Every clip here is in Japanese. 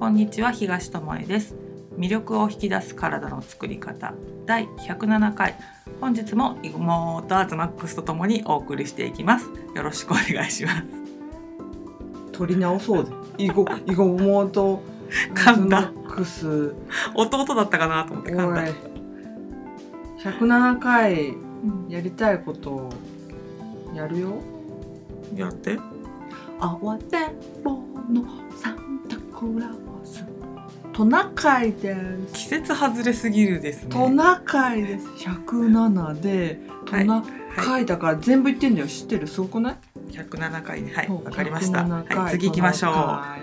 こんにちは、東智恵です。魅力を引き出す体の作り方第107回、本日も妹アズマックスとともにお送りしていきます。よろしくお願いします。 取り直そうで妹噛んだ。 アズマックス弟だったかなと思って噛んだ。 107回やりたいことをやるよ。 やって。 慌てんぼのサンタクラウス、トナカイです。 季節外れすぎるですね。 トナカイです。107でトナカイだから全部言ってんだよ。知ってる？すごくない ？107回ね。はい、わかりました。はい、次行きましょう。はい、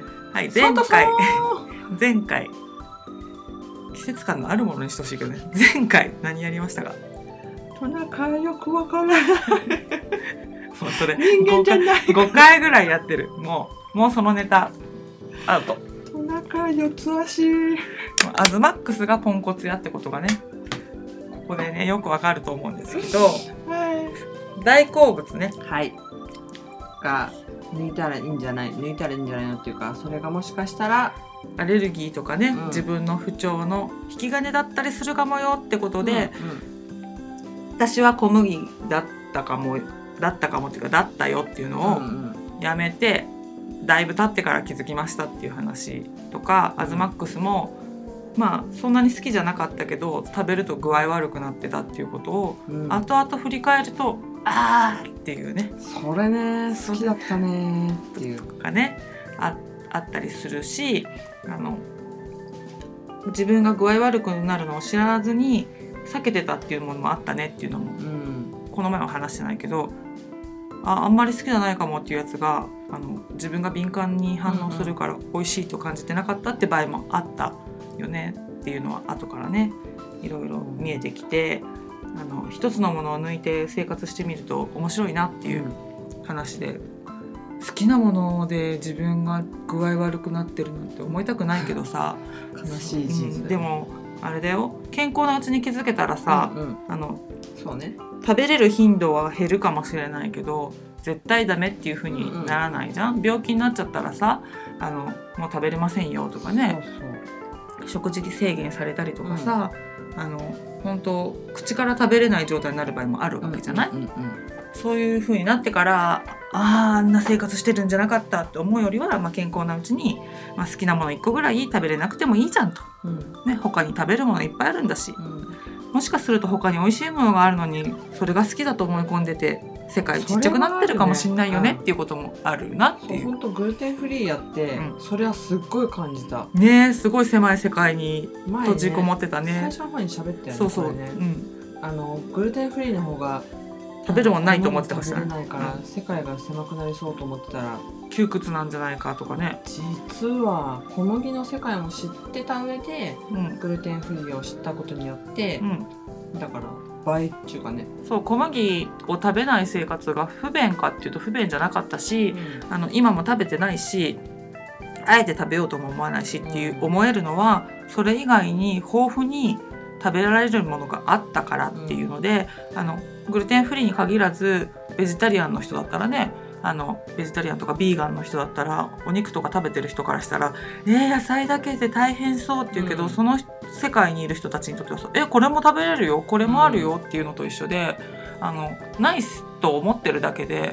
前回季節感のあるものにしてほしいけどね。前回何やりましたか？ トナカイよくわからない。 もうそれ人間じゃない。 5回ぐらいやってる。もうそのネタアウト。 トナカイ四つ足。 アズマックスがポンコツやってことがね、ここでねよくわかると思うんですけど、 はい、 大好物ね。 はい。が抜いたらいいんじゃないのっていうか、それがもしかしたらアレルギーとかね、自分の不調の引き金だったりするかもよってことで、私は小麦だったかもっていうかだったよっていうのをやめて、だいぶ経ってから気づきましたっていう話とか、アズマックスもまあそんなに好きじゃなかったけど食べると具合悪くなってたっていうことを、後々振り返るとあーっていうね、 それね好きだったねっていうかね あったりするし、自分が具合悪くなるのを知らずに避けてたっていうものもあったねっていうのも、この前は話してないけど、あんまり好きじゃないかもっていうやつが自分が敏感に反応するから美味しいと感じてなかったって場合もあったよねっていうのは後からねいろいろ見えてきて、一つのものを抜いて生活してみると面白いなっていう話で、好きなもので自分が具合悪くなってるなんて思いたくないけどさ悲しい人生、 でもあれだよ、健康なうちに気づけたらさ、 そうね、 食べれる頻度は減るかもしれないけど絶対ダメっていう風にならないじゃん。病気になっちゃったらさもう食べれませんよとかね、食事制限されたりとかさ、本当口から食べれない状態になる場合もあるわけじゃない、そういう風になってからあんな生活してるんじゃなかったって思うよりは、健康なうちに、好きなもの1個ぐらい食べれなくてもいいじゃんと、他に食べるものいっぱいあるんだし、もしかすると他に美味しいものがあるのにそれが好きだと思い込んでて世界ちっちゃくなってるかもしんないよねっていうこともあるなっていう。 本当グルテンフリーやって、それはすっごい感じたね。すごい狭い世界に閉じこもってたね。 最初の方に喋ったよね。 そう、 グルテンフリーの方が食べるもんないと思ってたし、 食べれないから、世界が狭くなりそうと思ってたら窮屈なんじゃないかとかね。 実は小麦の世界も知ってた上で、グルテンフリーを知ったことによって、だから倍っていうかね、 そう小麦を食べない生活が不便かっていうと不便じゃなかったし、今も食べてないしあえて食べようとも思わないしっていう思えるのは、それ以外に豊富に食べられるものがあったからっていうので、グルテンフリーに限らずベジタリアンの人だったらね、ベジタリアンとかビーガンの人だったらお肉とか食べてる人からしたら野菜だけで大変そうって言うけど、その世界にいる人たちにとってはこれも食べれるよこれもあるよっていうのと一緒で、ナイスと思ってるだけで、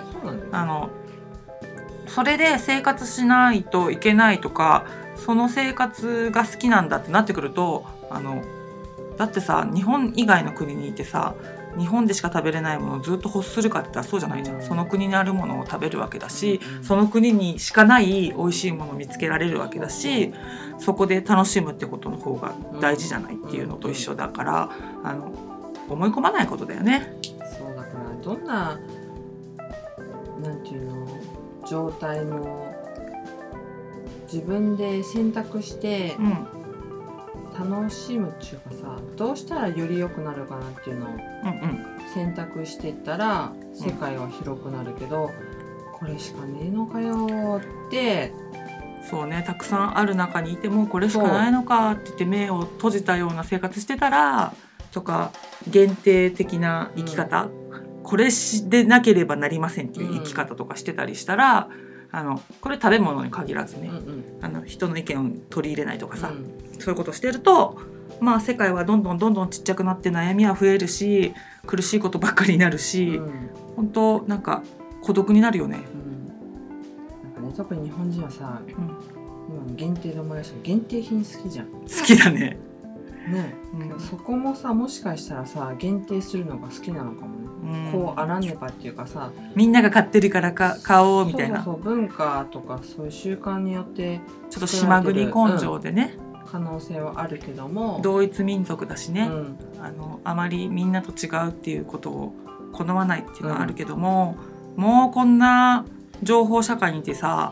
それで生活しないといけないとかその生活が好きなんだってなってくると、だってさ日本以外の国にいてさ日本でしか食べれないものをずっと欲するかって言ったらそうじゃないじゃん。その国にあるものを食べるわけだし、その国にしかない美味しいものを見つけられるわけだし、そこで楽しむってことの方が大事じゃないっていうのと一緒だから、思い込まないことだよね。 そうだからどんななんていうの状態も自分で選択して、楽しむっていうかさ、どうしたらより良くなるかなっていうのを選択していったら、世界は広くなるけど、これしかねえのかよってそうね、たくさんある中にいてもこれしかないのかって言って目を閉じたような生活してたらとか、限定的な生き方、これでなければなりませんっていう生き方とかしてたりしたら、 これ食べ物に限らずね、人の意見を取り入れないとかさ、そういうことしてると、まあ、世界はどんどんちっちゃくなって悩みは増えるし苦しいことばっかりになるし、本当なんか孤独になるよね。 なんかね、特に日本人はさ、今限定で思い出した限定品好きじゃん。 好きだね。 ね、そこもさ、もしかしたらさ限定するのが好きなのかもね、こうあらねばっていうかさ、 みんなが買ってるから買おうみたいな。 そう文化とかそういう習慣によってちょっと島国根性でね、 可能性はあるけども、 同一民族だしね、あまりみんなと違うっていうことを好まないっていうのはあるけども、もうこんな情報社会にいてさ、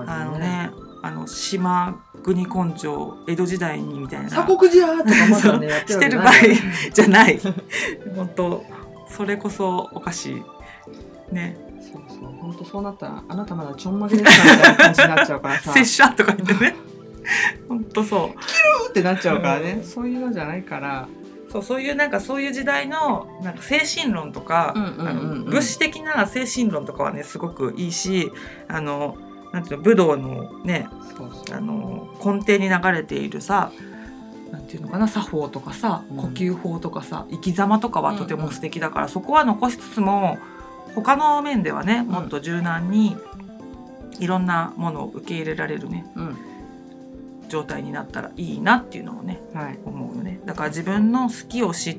島国根性江戸時代にみたいな鎖国じゃーとかまだねやってる場合じゃない本当それこそおかしいね。 そう本当そうなったらあなたまだちょんまげですかみたいな感じになっちゃうからさ拙者とか言ってね本当そうキルーってなっちゃうからね、そういうのじゃないから、 そういうなんかそういう時代のなんか精神論とか、物質的な精神論とかはねすごくいいし、なんていうの、武道のね、根底に流れているさ、なんていうのかな、作法とかさ、呼吸法とかさ、生き様とかはとても素敵だから、そこは残しつつも他の面ではねもっと柔軟にいろんなものを受け入れられるね、状態になったらいいなっていうのをね、思うよね。だから自分の好きを知って、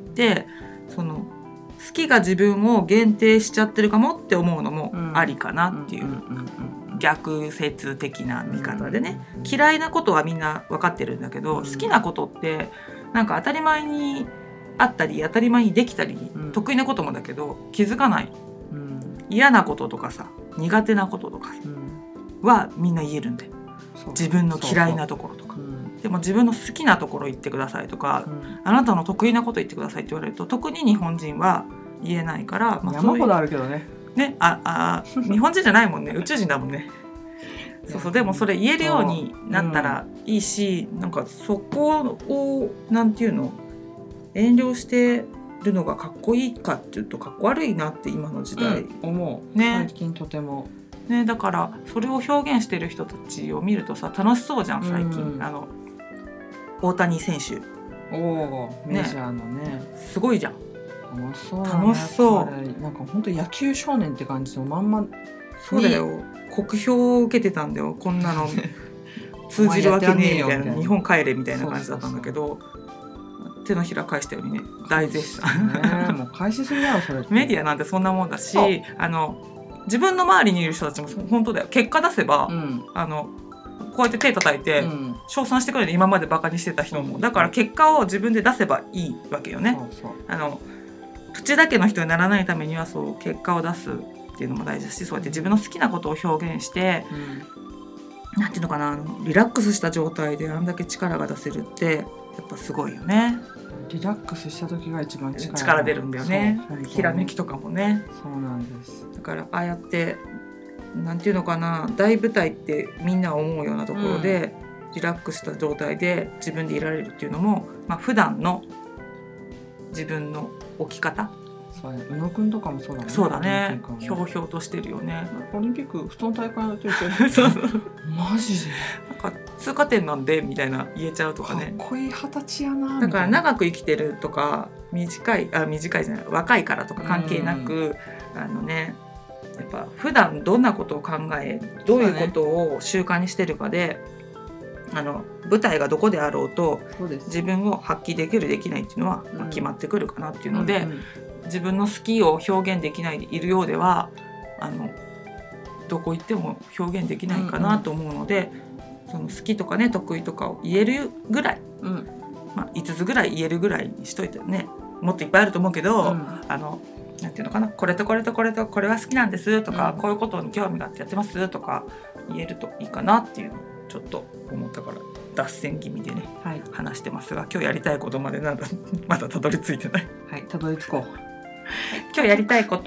その好きが自分を限定しちゃってるかもって思うのもありかなっていう、逆説的な見方でね、嫌いなことはみんな分かってるんだけど、好きなことってなんか当たり前にあったり当たり前にできたり、得意なこともだけど気づかない、嫌なこととかさ苦手なこととかはみんな言えるんだよ。自分の嫌いなところとか、でも自分の好きなところ言ってくださいとか、あなたの得意なこと言ってくださいって言われると特に日本人は言えないから、 山ほどあるけどね。 ね、日本人じゃないもんね、宇宙人だもんね。そうでもそれ言えるようになったらいいし、なんかそこをなんていうの、遠慮してるのがかっこいいかっていうとかっこ悪いなって今の時代、 思う、 ね、 最近とてもね、だからそれを表現してる人たちを見るとさ楽しそうじゃん最近、大谷選手、 メジャーのね、 すごいじゃん。 楽しそう、なんか本当野球少年って感じのまんま。 そうだよ、酷評を受けてたんだよ、こんなの通じるわけねえみたいな、日本帰れみたいな感じだったんだけど、手のひら返したようにね大絶賛もう返しすぎだろそれ。 メディアなんてそんなもんだし、自分の周りにいる人たちも本当だよ、結果出せば、こうやって手叩いて称賛してくれる、今までバカにしてた人も。だから結果を自分で出せばいいわけよね。口だけの人にならないためにはそう結果を出すっていうのも大事だし、そうやって自分の好きなことを表現して、なんていうのかな、リラックスした状態であんだけ力が出せるってやっぱすごいよね。 リラックスした時が一番力出るんだよね。ひらめきとかもね。 そうなんです。 だからああやってなんていうのかな、大舞台ってみんな思うようなところで、リラックスした状態で自分でいられるっていうのも、普段の自分の置き方。 そうね、宇野くんとかもそうだね。 そうだね。ひょうひょうとしてるよね。 オリンピック普通の大会やってるそうマジで。 なんか通過点なんでみたいな言えちゃうとかね。 かっこいい20歳やな。 だから長く生きてるとか短いじゃない若いからとか関係なく、やっぱ普段どんなことを考え、どういうことを習慣にしてるかで、舞台がどこであろうと自分を発揮できるできないっていうのは決まってくるかなっていうので、自分の好きを表現できないでいるようではどこ行っても表現できないかなと思うので、その好きとかね得意とかを言えるぐらい、5つぐらい言えるぐらいにしといてね、もっといっぱいあると思うけど、なんていうのかな、これとこれとこれとこれは好きなんですとか、こういうことに興味があってやってますとか言えるといいかなっていうのをちょっと思ったから脱線気味でね、話してますが、今日やりたいことまでまだたどり着いてない。 たどり着こう。 今日やりたいこと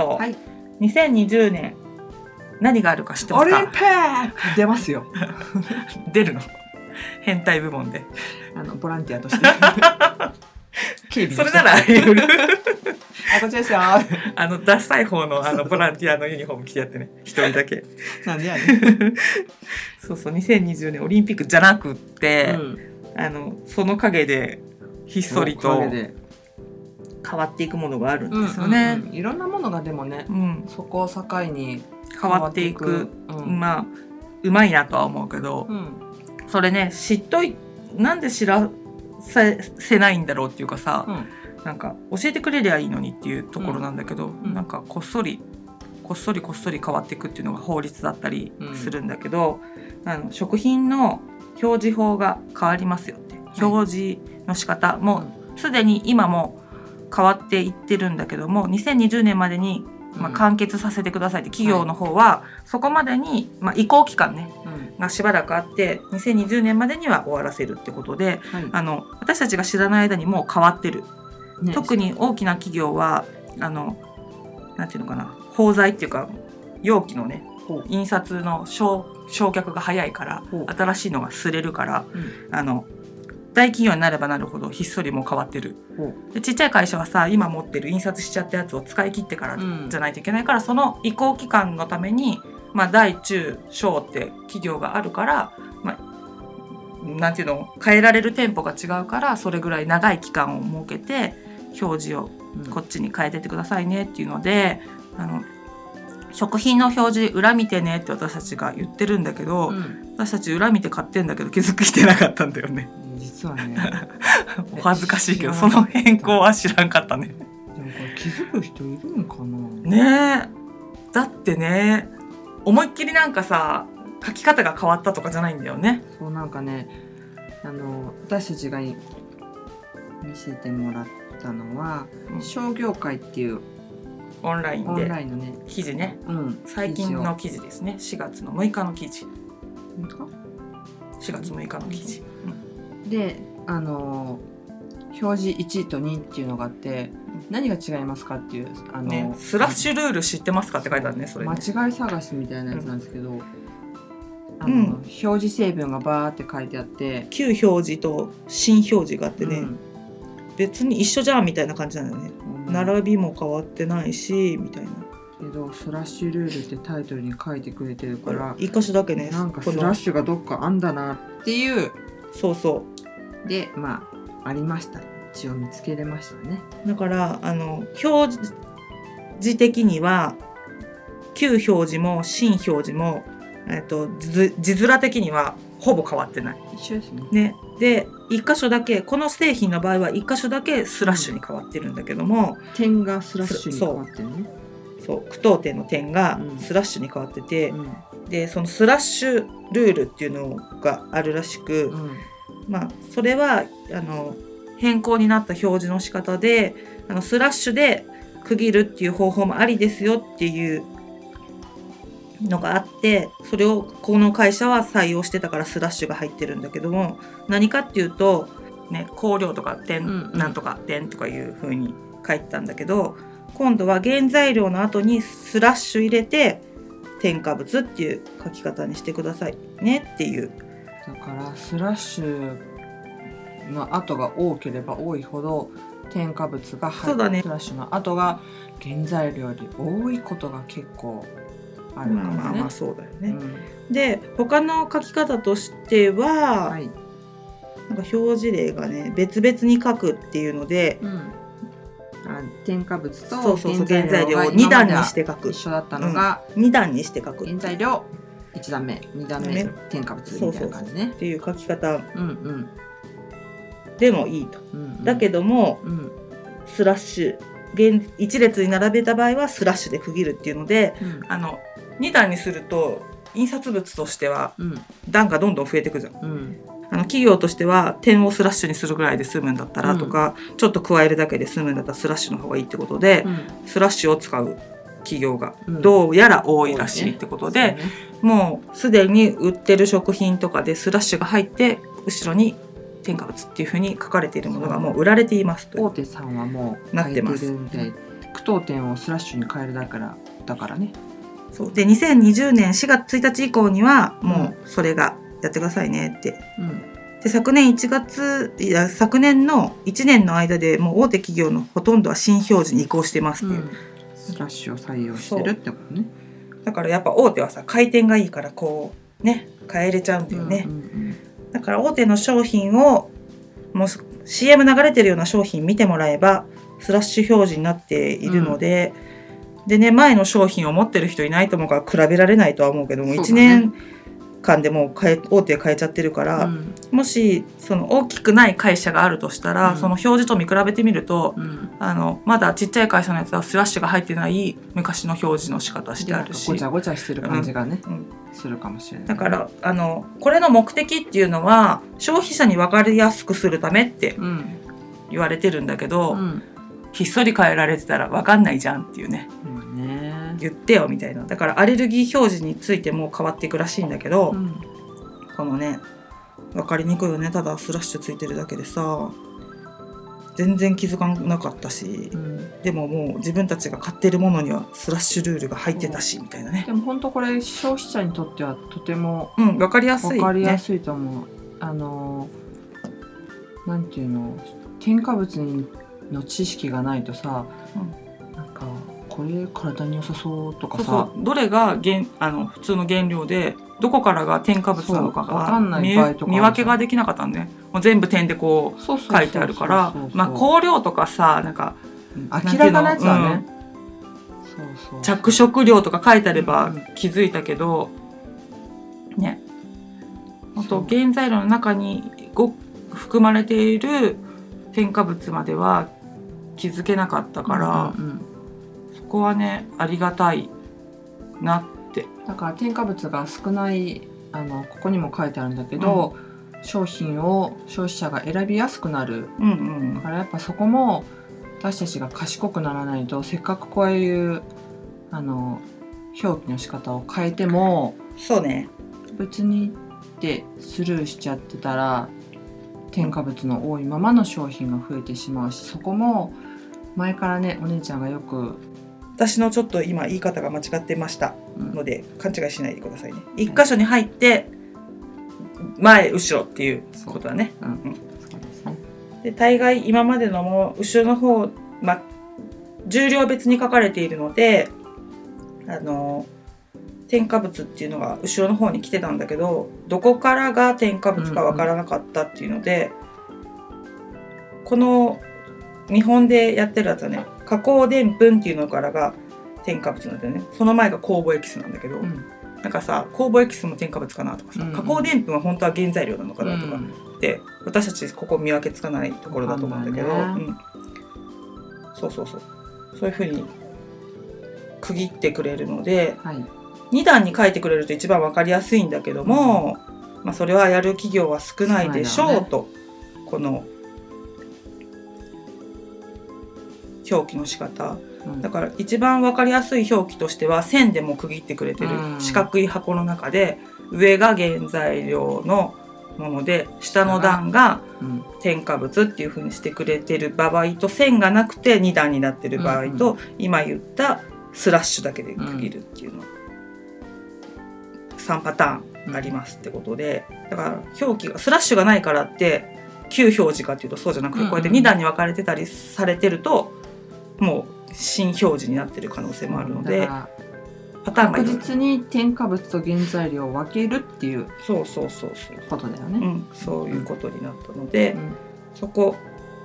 、2020年何があるか知ってますか？ オリンピック出ますよ。 出るの？変態部門でボランティアとしてそれならあり得るこっちですよダサい方のボランティアのユニフォーム着てやってね、一人だけなんでやねんそう2020年オリンピックじゃなくって、その陰でひっそりと変わっていくものがあるんですよね、 いろんなものがでもね、そこを境に変わっていく、まあうまいなとは思うけど、それねなんで知らせないんだろうっていうかさ、なんか教えてくれりゃいいのにっていうところなんだけど、なんかこっそり変わっていくっていうのが法律だったりするんだけど、食品の表示法が変わりますよって、表示の仕方もすでに今も変わっていってるんだけども、2020年までに完結させてくださいって企業の方はそこまでに、移行期間ね、がしばらくあって2020年までには終わらせるってことで、私たちが知らない間にもう変わってる、特に大きな企業はなんていうのかな、包材っていうか容器のね印刷の焼却が早いから新しいのが擦れるから、大企業になればなるほどひっそりも変わってる。でちっちゃい会社はさ、今持ってる印刷しちゃったやつを使い切ってからじゃないといけないから、その移行期間のために、大中小って企業があるから、なんていうの、変えられる店舗が違うから、それぐらい長い期間を設けて表示をこっちに変えてってくださいねっていうので、食品の表示裏見てねって私たちが言ってるんだけど、私たち裏見て買ってんだけど気づいてなかったんだよね。 実はねお恥ずかしいけどその変更は知らんかったね。 でもこれ気づく人いるんかな。 ねえ、だってね、思いっきりなんかさ書き方が変わったとかじゃないんだよね。 そう、なんかね、私たちが見せてもらったのは、商業会っていうオンラインのね記事ね、最近の記事ですね。4月の6日の記事。4月6日の記事、 で表示1と2っていうのがあって、何が違いますかっていうスラッシュルール知ってますかって書いてあるね。それね間違い探しみたいなやつなんですけど、表示成分がバーって書いてあって、 旧表示と新表示があってね、別に一緒じゃんみたいな感じなんだよね、並びも変わってないしみたいなけど、スラッシュルールってタイトルに書いてくれてるから、 一箇所だけね、 なんかスラッシュがどっかあんだなっていう。 そうそうで、ありました。一応見つけれましたね。 だから表示的には旧表示も新表示も、字面的にはほぼ変わってない。 一緒ですね。 で一箇所だけ、この製品の場合は一箇所だけスラッシュに変わってるんだけども、 点がスラッシュに変わってるね。 そう句読点の点がスラッシュに変わってて、でそのスラッシュルールっていうのがあるらしく、それは変更になった表示の仕方で、スラッシュで区切るっていう方法もありですよっていうのがあって、それをこの会社は採用してたからスラッシュが入ってるんだけども、何かっていうと、香料とか点、なんとか点とかいう風に書いてたんだけど、今度は原材料の後にスラッシュ入れて添加物っていう書き方にしてくださいねっていう。 だからスラッシュの後が多ければ多いほど添加物が入って、スラッシュの後が原材料より多いことが結構あるかもね。 そうだよね。で他の書き方としては、なんか表示例がね別々に書くっていうので、 添加物と原材料を2段にして書く。 一緒だったのが、 2段にして書く。 原材料1段目、2段目添加物みたいな感じね。 っていう書き方でもいいと。だけども、スラッシュ一列に並べた場合はスラッシュで区切るっていうので、2段にすると印刷物としては段がどんどん増えていくじゃん。企業としては点をスラッシュにするぐらいで済むんだったらとか、ちょっと加えるだけで済むんだったらスラッシュの方がいいってことで、スラッシュを使う企業がどうやら多いらしいってことで、もうすでに売ってる食品とかでスラッシュが入って後ろに添加物っていう風に書かれているものがもう売られていますと。 大手さんはもうなってます。句読点をスラッシュに変えるだからね。 そうで2020年4月1日以降にはもうそれがやってくださいねって、 で昨年の1年の間でもう大手企業のほとんどは新表示に移行してますっていう、 スラッシュを採用してるってことね。 だからやっぱ大手はさ回転がいいからこうね変えれちゃうんだよね、だから大手の商品をもう CM 流れてるような商品見てもらえばスラッシュ表示になっているので、でね前の商品を持ってる人いないと思うから比べられないとは思うけども、1年間でもう大手変えちゃってるから、もしその大きくない会社があるとしたら、その表示と見比べてみると、まだちっちゃい会社のやつはスラッシュが入ってない昔の表示の仕方してあるし、 ごちゃごちゃしてる感じがね、するかもしれない。 だからこれの目的っていうのは消費者に分かりやすくするためって言われてるんだけど、ひっそり変えられてたら分かんないじゃんっていうね、言ってよみたいな。だからアレルギー表示についても変わっていくらしいんだけど、このね分かりにくいよね。ただスラッシュついてるだけでさ全然気づかなかったし、でももう自分たちが買ってるものにはスラッシュルールが入ってたしみたいなね。 でも本当これ消費者にとってはとても分かりやすいね。 分かりやすいと思う。なんていうの、添加物の知識がないとさ、なんかこれ体に良さそうとかさ、 どれが普通の原料でどこからが添加物なのかが見分けができなかったんで、もう全部点でこう書いてあるから、香料とかさなんか明らかなやつはね、 着色料とか書いてあれば気づいたけど、ね、あと原材料の中に含まれている添加物までは気づけなかったから、そこはねありがたいなって。 だから添加物が少ないここにも書いてあるんだけど、商品を消費者が選びやすくなる、だからやっぱそこも私たちが賢くならないと、せっかくこういう表記の仕方を変えてもそうね別にってスルーしちゃってたら添加物の多いままの商品が増えてしまうし、そこも前からねお姉ちゃんがよく、 私のちょっと今言い方が間違ってましたので、勘違いしないでくださいね。一箇所に入って前後ろっていうことだね。 そうですね。 で大概今までのも後ろの方、重量別に書かれているので添加物っていうのが後ろの方に来てたんだけど、どこからが添加物かわからなかったっていうので、この日本でやってるやつはね加工でんぷんっていうのからが添加物なんだよね。その前が酵母エキスなんだけど、なんかさ酵母エキスも添加物かなとかさ、加工でんぷんは本当は原材料なのかなとかで、私たちここ見分けつかないところだと思うんだけど、そういうふうに区切ってくれるので、2段に書いてくれると一番分かりやすいんだけども、それはやる企業は少ないでしょうと、この表記の仕方、だから一番分かりやすい表記としては線でも区切ってくれてる四角い箱の中で、上が原材料のもので下の段が添加物っていう風にしてくれてる場合と、線がなくて2段になってる場合と、今言ったスラッシュだけで区切るっていうの、3パターンありますってことで、だから表記がスラッシュがないからって旧表示かっていうとそうじゃなくて、こうやって2段に分かれてたりされてるともう新表示になってる可能性もあるので、パターンが確実に添加物と原材料を分けるっていうことだよね。 そういうことになったので、そこ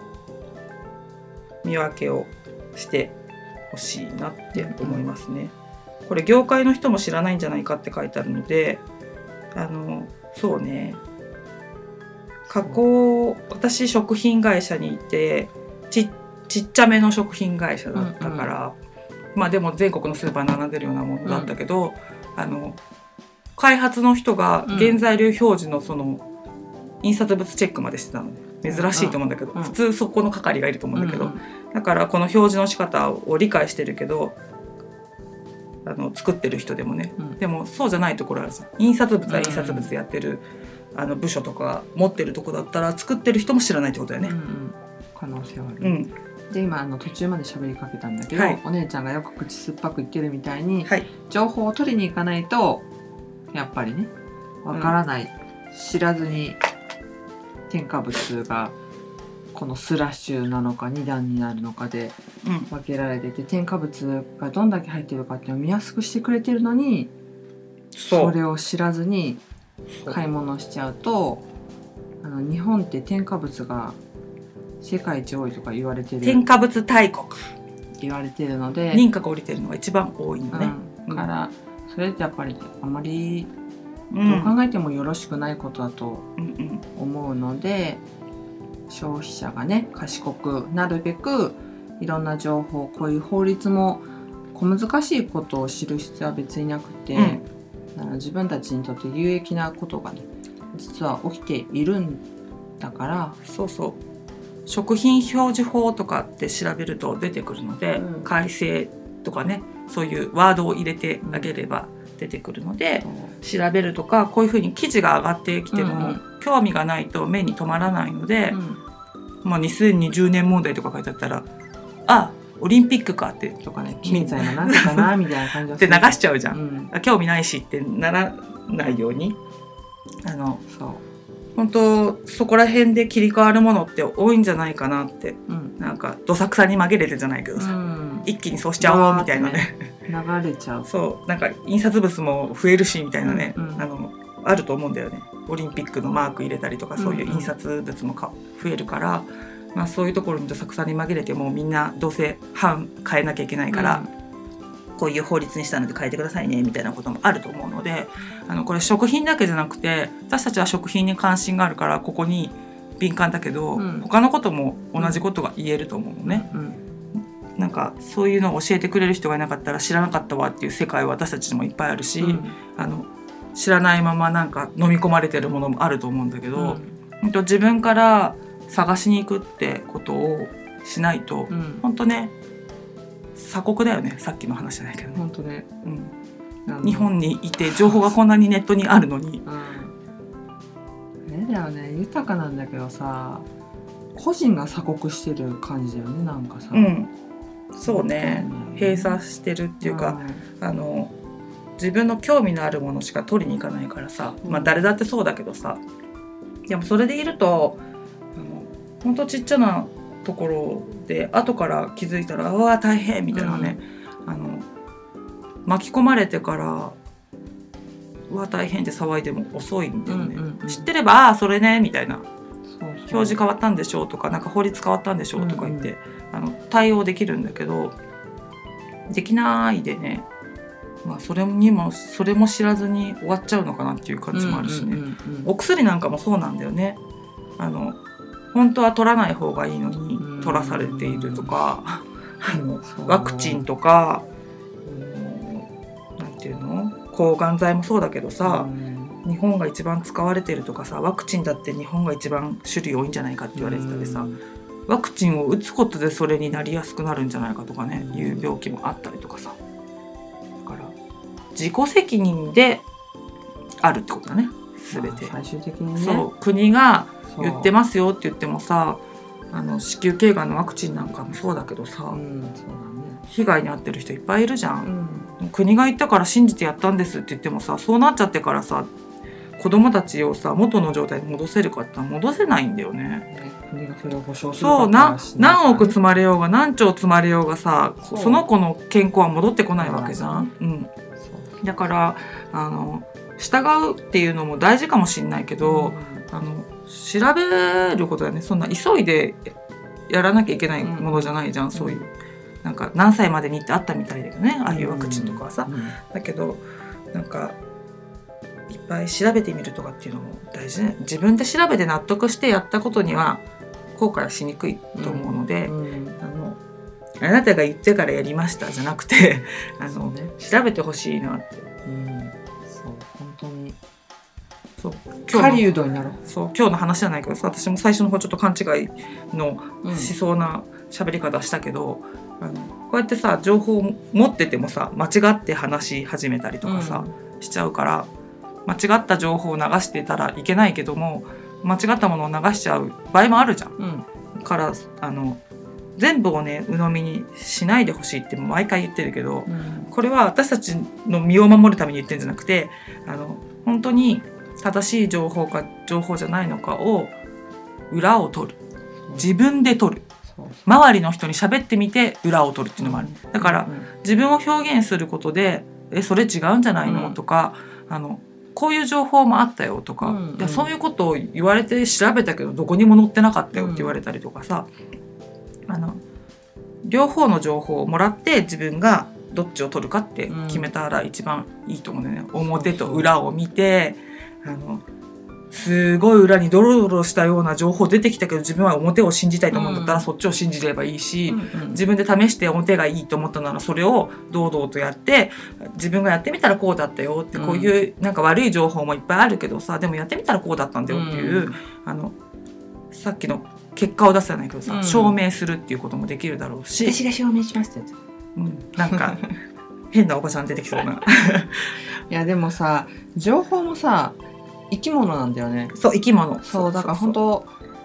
見分けをしてほしいなって思いますね。これ業界の人も知らないんじゃないかって書いてあるので、そうね、加工、私食品会社にいてちっちゃめの食品会社だったから、でも全国のスーパーに並んでるようなものだったけど、開発の人が原材料表示のその印刷物チェックまでしてたので珍しいと思うんだけど、普通そこの係がいると思うんだけど、だからこの表示の仕方を理解してるけど作ってる人でもね、でもそうじゃないところあるじゃん。印刷物は印刷物やってる部署とか持ってるとこだったら作ってる人も知らないってことだよね。 可能性はある。で今途中まで喋りかけたんだけど、お姉ちゃんがよく口酸っぱく言ってるみたいに、情報を取りに行かないとやっぱりねわからない、知らずに添加物がこのスラッシュなのか2段になるのかで分けられてて、添加物がどんだけ入ってるかっていうのを見やすくしてくれてるのに、それを知らずに買い物しちゃうと、日本って添加物が世界一多いとか言われてる、 添加物大国言われてるので、 認可が下りてるのが一番多いのね、 からそれってやっぱりあまりどう考えてもよろしくないことだと思うので、消費者がね賢くなるべくいろんな情報、こういう法律も小難しいことを知る必要は別になくて、自分たちにとって有益なことがね実は起きているんだから。 そうそう、食品表示法とかって調べると出てくるので、改正とかね、そういうワードを入れてあげれば出てくるので、調べるとか、こういうふうに記事が上がってきても、興味がないと目に留まらないので、2020年問題とか書いてあったら、あ、オリンピックかってとかね、経済がなんとかなみたいな感じで流しちゃうじゃん、興味ないしってならないように、そう本当そこら辺で切り替わるものって多いんじゃないかなって、なんかどさくさに紛れてじゃないけどさ、一気にそうしちゃおうみたいなね、 流れちゃう。 そうなんか印刷物も増えるしみたいなね、あると思うんだよね。オリンピックのマーク入れたりとか、そういう印刷物も増えるから、そういうところにどさくさに紛れてもみんなどうせ版変えなきゃいけないから、こういう法律にしたので変えてくださいねみたいなこともあると思うので、これ食品だけじゃなくて、私たちは食品に関心があるからここに敏感だけど、他のことも同じことが言えると思うのね、なんかそういうのを教えてくれる人がいなかったら知らなかったわっていう世界は私たちにもいっぱいあるし、知らないままなんか飲み込まれてるものもあると思うんだけど、自分から探しに行くってことをしないと、本当ね鎖国だよね。さっきの話じゃないけどね、 本当ね、 日本にいて情報がこんなにネットにあるのに、 あれだよね、豊かなんだけどさ、個人が鎖国してる感じだよね、なんかさ、 そうね、閉鎖してるっていうか、自分の興味のあるものしか取りに行かないからさ、誰だってそうだけどさ、でもそれでいるとほんとちっちゃなところで後から気づいたら、うわ大変みたいなね、巻き込まれてからうわ大変って騒いでも遅いんだよね、知ってればそれねみたいな、表示変わったんでしょうとか、なんか法律変わったんでしょうとか言って、対応できるんだけど、できないでね、それも知らずに終わっちゃうのかなっていう感じもあるしね、お薬なんかもそうなんだよね。本当は取らない方がいいのに取らされているとか、ワクチンとか、なんていうの、抗がん剤もそうだけどさ、日本が一番使われてるとかさ、ワクチンだって日本が一番種類多いんじゃないかって言われてたりさ、ワクチンを打つことでそれになりやすくなるんじゃないかとかね、いう病気もあったりとかさ、だから自己責任であるってことだね、全て。 最終的にね、 そう、国が言ってますよって言ってもさ、子宮頸がんのワクチンなんかもそうだけどさ、 そうだね、 被害に遭ってる人いっぱいいるじゃん、国が言ったから信じてやったんですって言ってもさ、そうなっちゃってからさ、子供たちをさ元の状態に戻せるかって戻せないんだよね。 国がそれを保証するそう、何億積まれようが何兆積まれようがさ、その子の健康は戻ってこないわけじゃん、だから従うっていうのも大事かもしれないけど、調べることだね。そんな急いでやらなきゃいけないものじゃないじゃん、そういうなんか何歳までにってあったみたいだよね、ああいうワクチンとかはさ、だけどなんかいっぱい調べてみるとかっていうのも大事ね。自分で調べて納得してやったことには後悔はしにくいと思うので、あなたが言ってからやりましたじゃなくて調べてほしいなって、 そう本当にそう狩人になろう。 そう今日の話じゃないけどさ、私も最初の方ちょっと勘違いのしそうな喋り方したけど、こうやってさ情報を持っててもさ間違って話し始めたりとかさ、しちゃうから、間違った情報を流してたらいけないけども間違ったものを流しちゃう場合もあるじゃん、から全部をね鵜呑みにしないでほしいって毎回言ってるけど、これは私たちの身を守るために言ってるんじゃなくて、本当に正しい情報か情報じゃないのかを裏を取る、自分で取る、周りの人に喋ってみて裏を取るっていうのもある。だから自分を表現することでそれ違うんじゃないのとか、こういう情報もあったよとか、いやそういうことを言われて調べたけどどこにも載ってなかったよって言われたりとかさ、両方の情報をもらって自分がどっちを取るかって決めたら一番いいと思うんだよね。表と裏を見て、すごい裏にドロドロしたような情報出てきたけど自分は表を信じたいと思うんだったらそっちを信じればいいし、自分で試して表がいいと思ったならそれを堂々とやって、自分がやってみたらこうだったよって、こういうなんか悪い情報もいっぱいあるけどさ、でもやってみたらこうだったんだよっていう、さっきの結果を出すじゃないけどさ、証明するっていうこともできるだろうし、 私が証明しますってやつ、なんか変なおばちゃん出てきそうな。 いやでもさ、情報もさ生き物なんだよね。 そう、生き物。 そうだから本当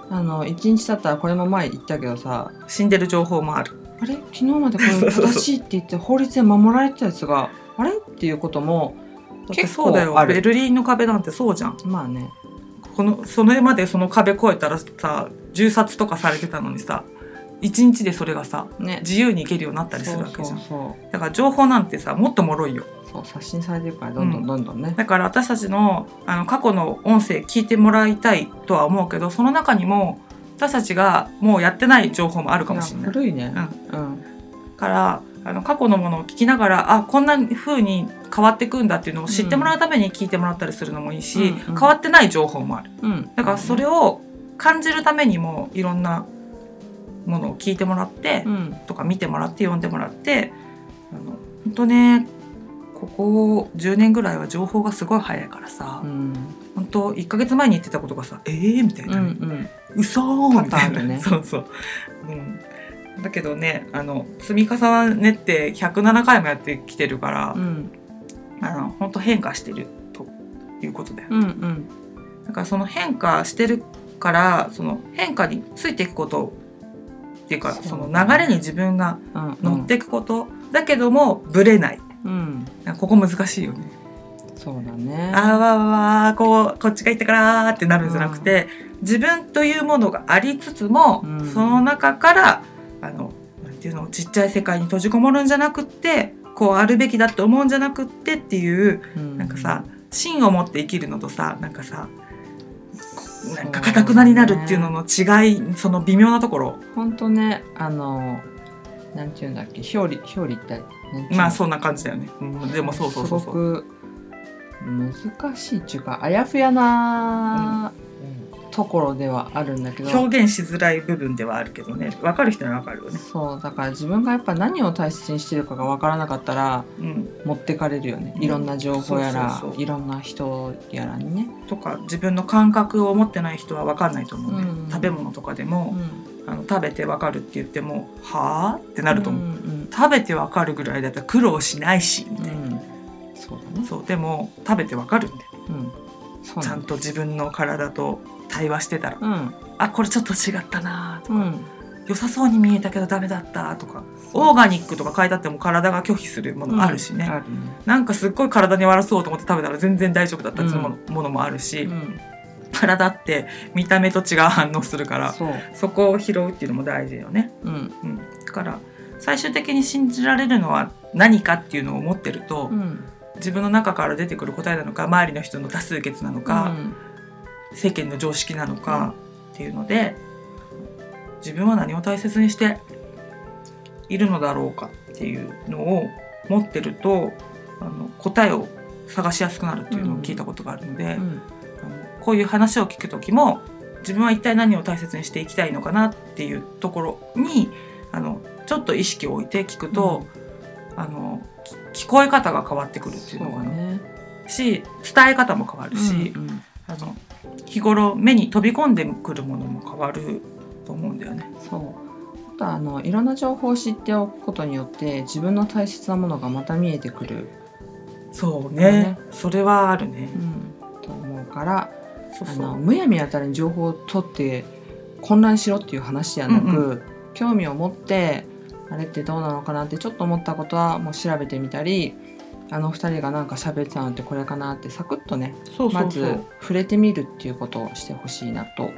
1日経ったら、これも前言ったけどさ、 死んでる情報もある。 あれ昨日までこれ正しいって言って法律で守られてたやつがあれっていうことも結構ある。そうだよ、 ベルリンの壁なんてそうじゃん。 まあね、 それまでその壁越えたらさ銃殺とかされてたのにさ、1日でそれがさ、自由に行けるようになったりするわけじゃん。だから情報なんてさもっと脆いよ。 そう刷新されてるからどんどんね、 だから私たちの過去の音声聞いてもらいたいとは思うけど、その中にも私たちがもうやってない情報もあるかもしれない。 古いね。 から過去のものを聞きながら、こんな風に変わっていくんだっていうのを知ってもらうために聞いてもらったりするのもいいし、変わってない情報もある。だからそれを感じるためにもいろんなものを聞いてもらって、とか見てもらって読んでもらって、本当ね、ここ10年ぐらいは情報がすごい早いからさ、本当1ヶ月前に言ってたことがさみたいな、嘘みたいな、ね、そうそう、だけどね、積み重ねって107回もやってきてるから、本当変化してるということだよね。だからその変化してるから、その変化についていくことっていうか、その流れに自分が乗っていくこと、だけどもブレない、ここ難しいよね。 そうだね。 こっちが言ったからってなるんじゃなくて、自分というものがありつつも、その中からなんていうの、ちっちゃい世界に閉じこもるんじゃなくって、こうあるべきだと思うんじゃなくってっていう、なんかさ、芯を持って生きるのとさ、なんかさ、なんか堅くなになるっていうのの違い、その微妙なところ。 本当ね、なんていうんだっけ、表裏ってまあそんな感じだよね。でもそう。 すごく難しいっていうか、あやふやなところではあるんだけど、 表現しづらい部分ではあるけどね、分かる人には分かるよね。 そうだから自分がやっぱ何を大切にしてるかが分からなかったら、持ってかれるよね。いろんな情報やら、いろんな人やらにね。とか自分の感覚を持ってない人は分かんないと思うね。食べ物とかでも、食べて分かるって言ってもはぁってなると思う。食べて分かるぐらいだったら苦労しないしみたいな。 そうだね。 そうでも食べて分かるんだよ。ちゃんと自分の体と対話してたら、これちょっと違ったなとか、良さそうに見えたけどダメだったとか、オーガニックとか書いてあっても体が拒否するものあるしね、なんかすっごい体に悪そうと思って食べたら全然大丈夫だったりするものもあるし、体って見た目と違う反応するから、そこを拾うっていうのも大事よね。だから最終的に信じられるのは何かっていうのを持ってると、自分の中から出てくる答えなのか、周りの人の多数決なのか、世間の常識なのかっていうので、自分は何を大切にしているのだろうかっていうのを持ってると、答えを探しやすくなるっていうのを聞いたことがあるので、こういう話を聞く時も自分は一体何を大切にしていきたいのかなっていうところにちょっと意識を置いて聞くと、聞こえ方が変わってくるっていうのがし、伝え方も変わるし、日頃目に飛び込んでくるものも変わると思うんだよね。 あといろんな情報を知っておくことによって自分の大切なものがまた見えてくる。 そうね、それはあるね、 と思うから、むやみやたらに情報を取って混乱しろっていう話ではなく、興味を持ってあれってどうなのかなってちょっと思ったことはもう調べてみたり、2人がなんか喋ってたのってこれかなってサクッとね、まず触れてみるっていうことをしてほしいなと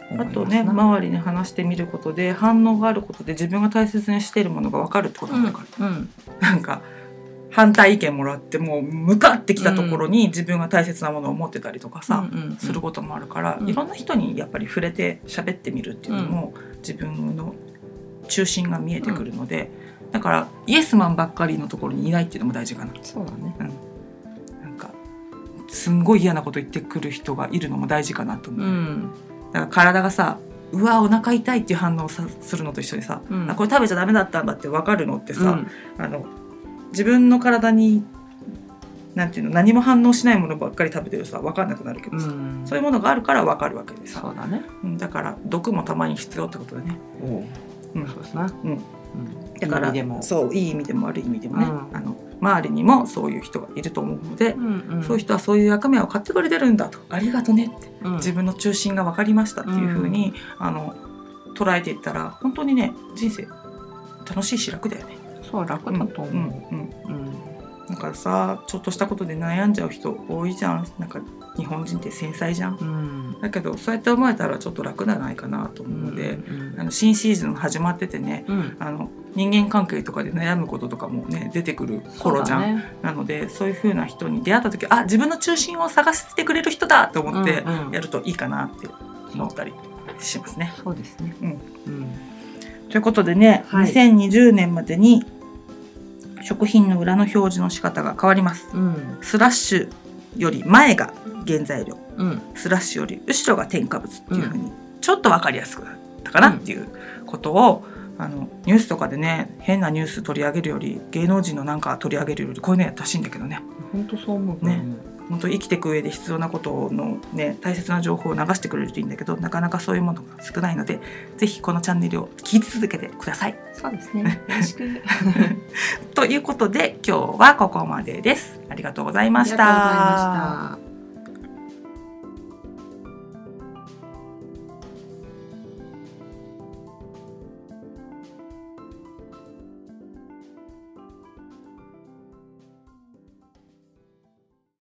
あとね周りに話してみることで反応があることで自分が大切にしているものが分かるってことだから、なんか反対意見もらってもう向かってきたところに自分が大切なものを持ってたりとかさ、することもあるから、いろんな人にやっぱり触れて喋ってみるっていうのも、自分の中心が見えてくるので、だからイエスマンばっかりのところにいないっていうのも大事かな。 そうだね、 なんかすんごい嫌なこと言ってくる人がいるのも大事かなと思う、だから体がさうわお腹痛いっていう反応をするのと一緒でさ、これ食べちゃダメだったんだって分かるのってさ、自分の体になんていうの何も反応しないものばっかり食べてるとさ分かんなくなるけどさ、そういうものがあるから分かるわけでさ、 そうだね、 だから毒もたまに必要ってことだね。 そうですね、 だからそういい意味でも悪い意味でもね、周りにもそういう人がいると思うので、そういう人はそういう役目を買ってくれてるんだと、ありがとねって、自分の中心が分かりましたっていう風に、捉えていったら本当にね人生楽しいし楽だよね。 そう楽だと思う。 だからさちょっとしたことで悩んじゃう人多いじゃん。なんか日本人って繊細じゃん、だけどそうやって思えたらちょっと楽じゃないかなと思うので、新シーズン始まっててね、人間関係とかで悩むこととかもね出てくる頃じゃん、なのでそういう風な人に出会った時自分の中心を探してくれる人だと思ってやるといいかなって思ったりしますね。 そうですね、 ということでね、2020年までに食品の裏の表示の仕方が変わります、スラッシュより前が原材料、スラッシュより後ろが添加物っていう風にちょっと分かりやすくなったかなっていうことを、ニュースとかでね変なニュース取り上げるより芸能人のなんか取り上げるよりこういうのやってほしいんだけどね。 本当そう思うね。本当生きていく上で必要なことのね大切な情報を流してくれるといいんだけど、なかなかそういうものが少ないので、ぜひこのチャンネルを聞き続けてください。 そうですね。よろしく。 ということで今日はここまでです。ありがとうございました。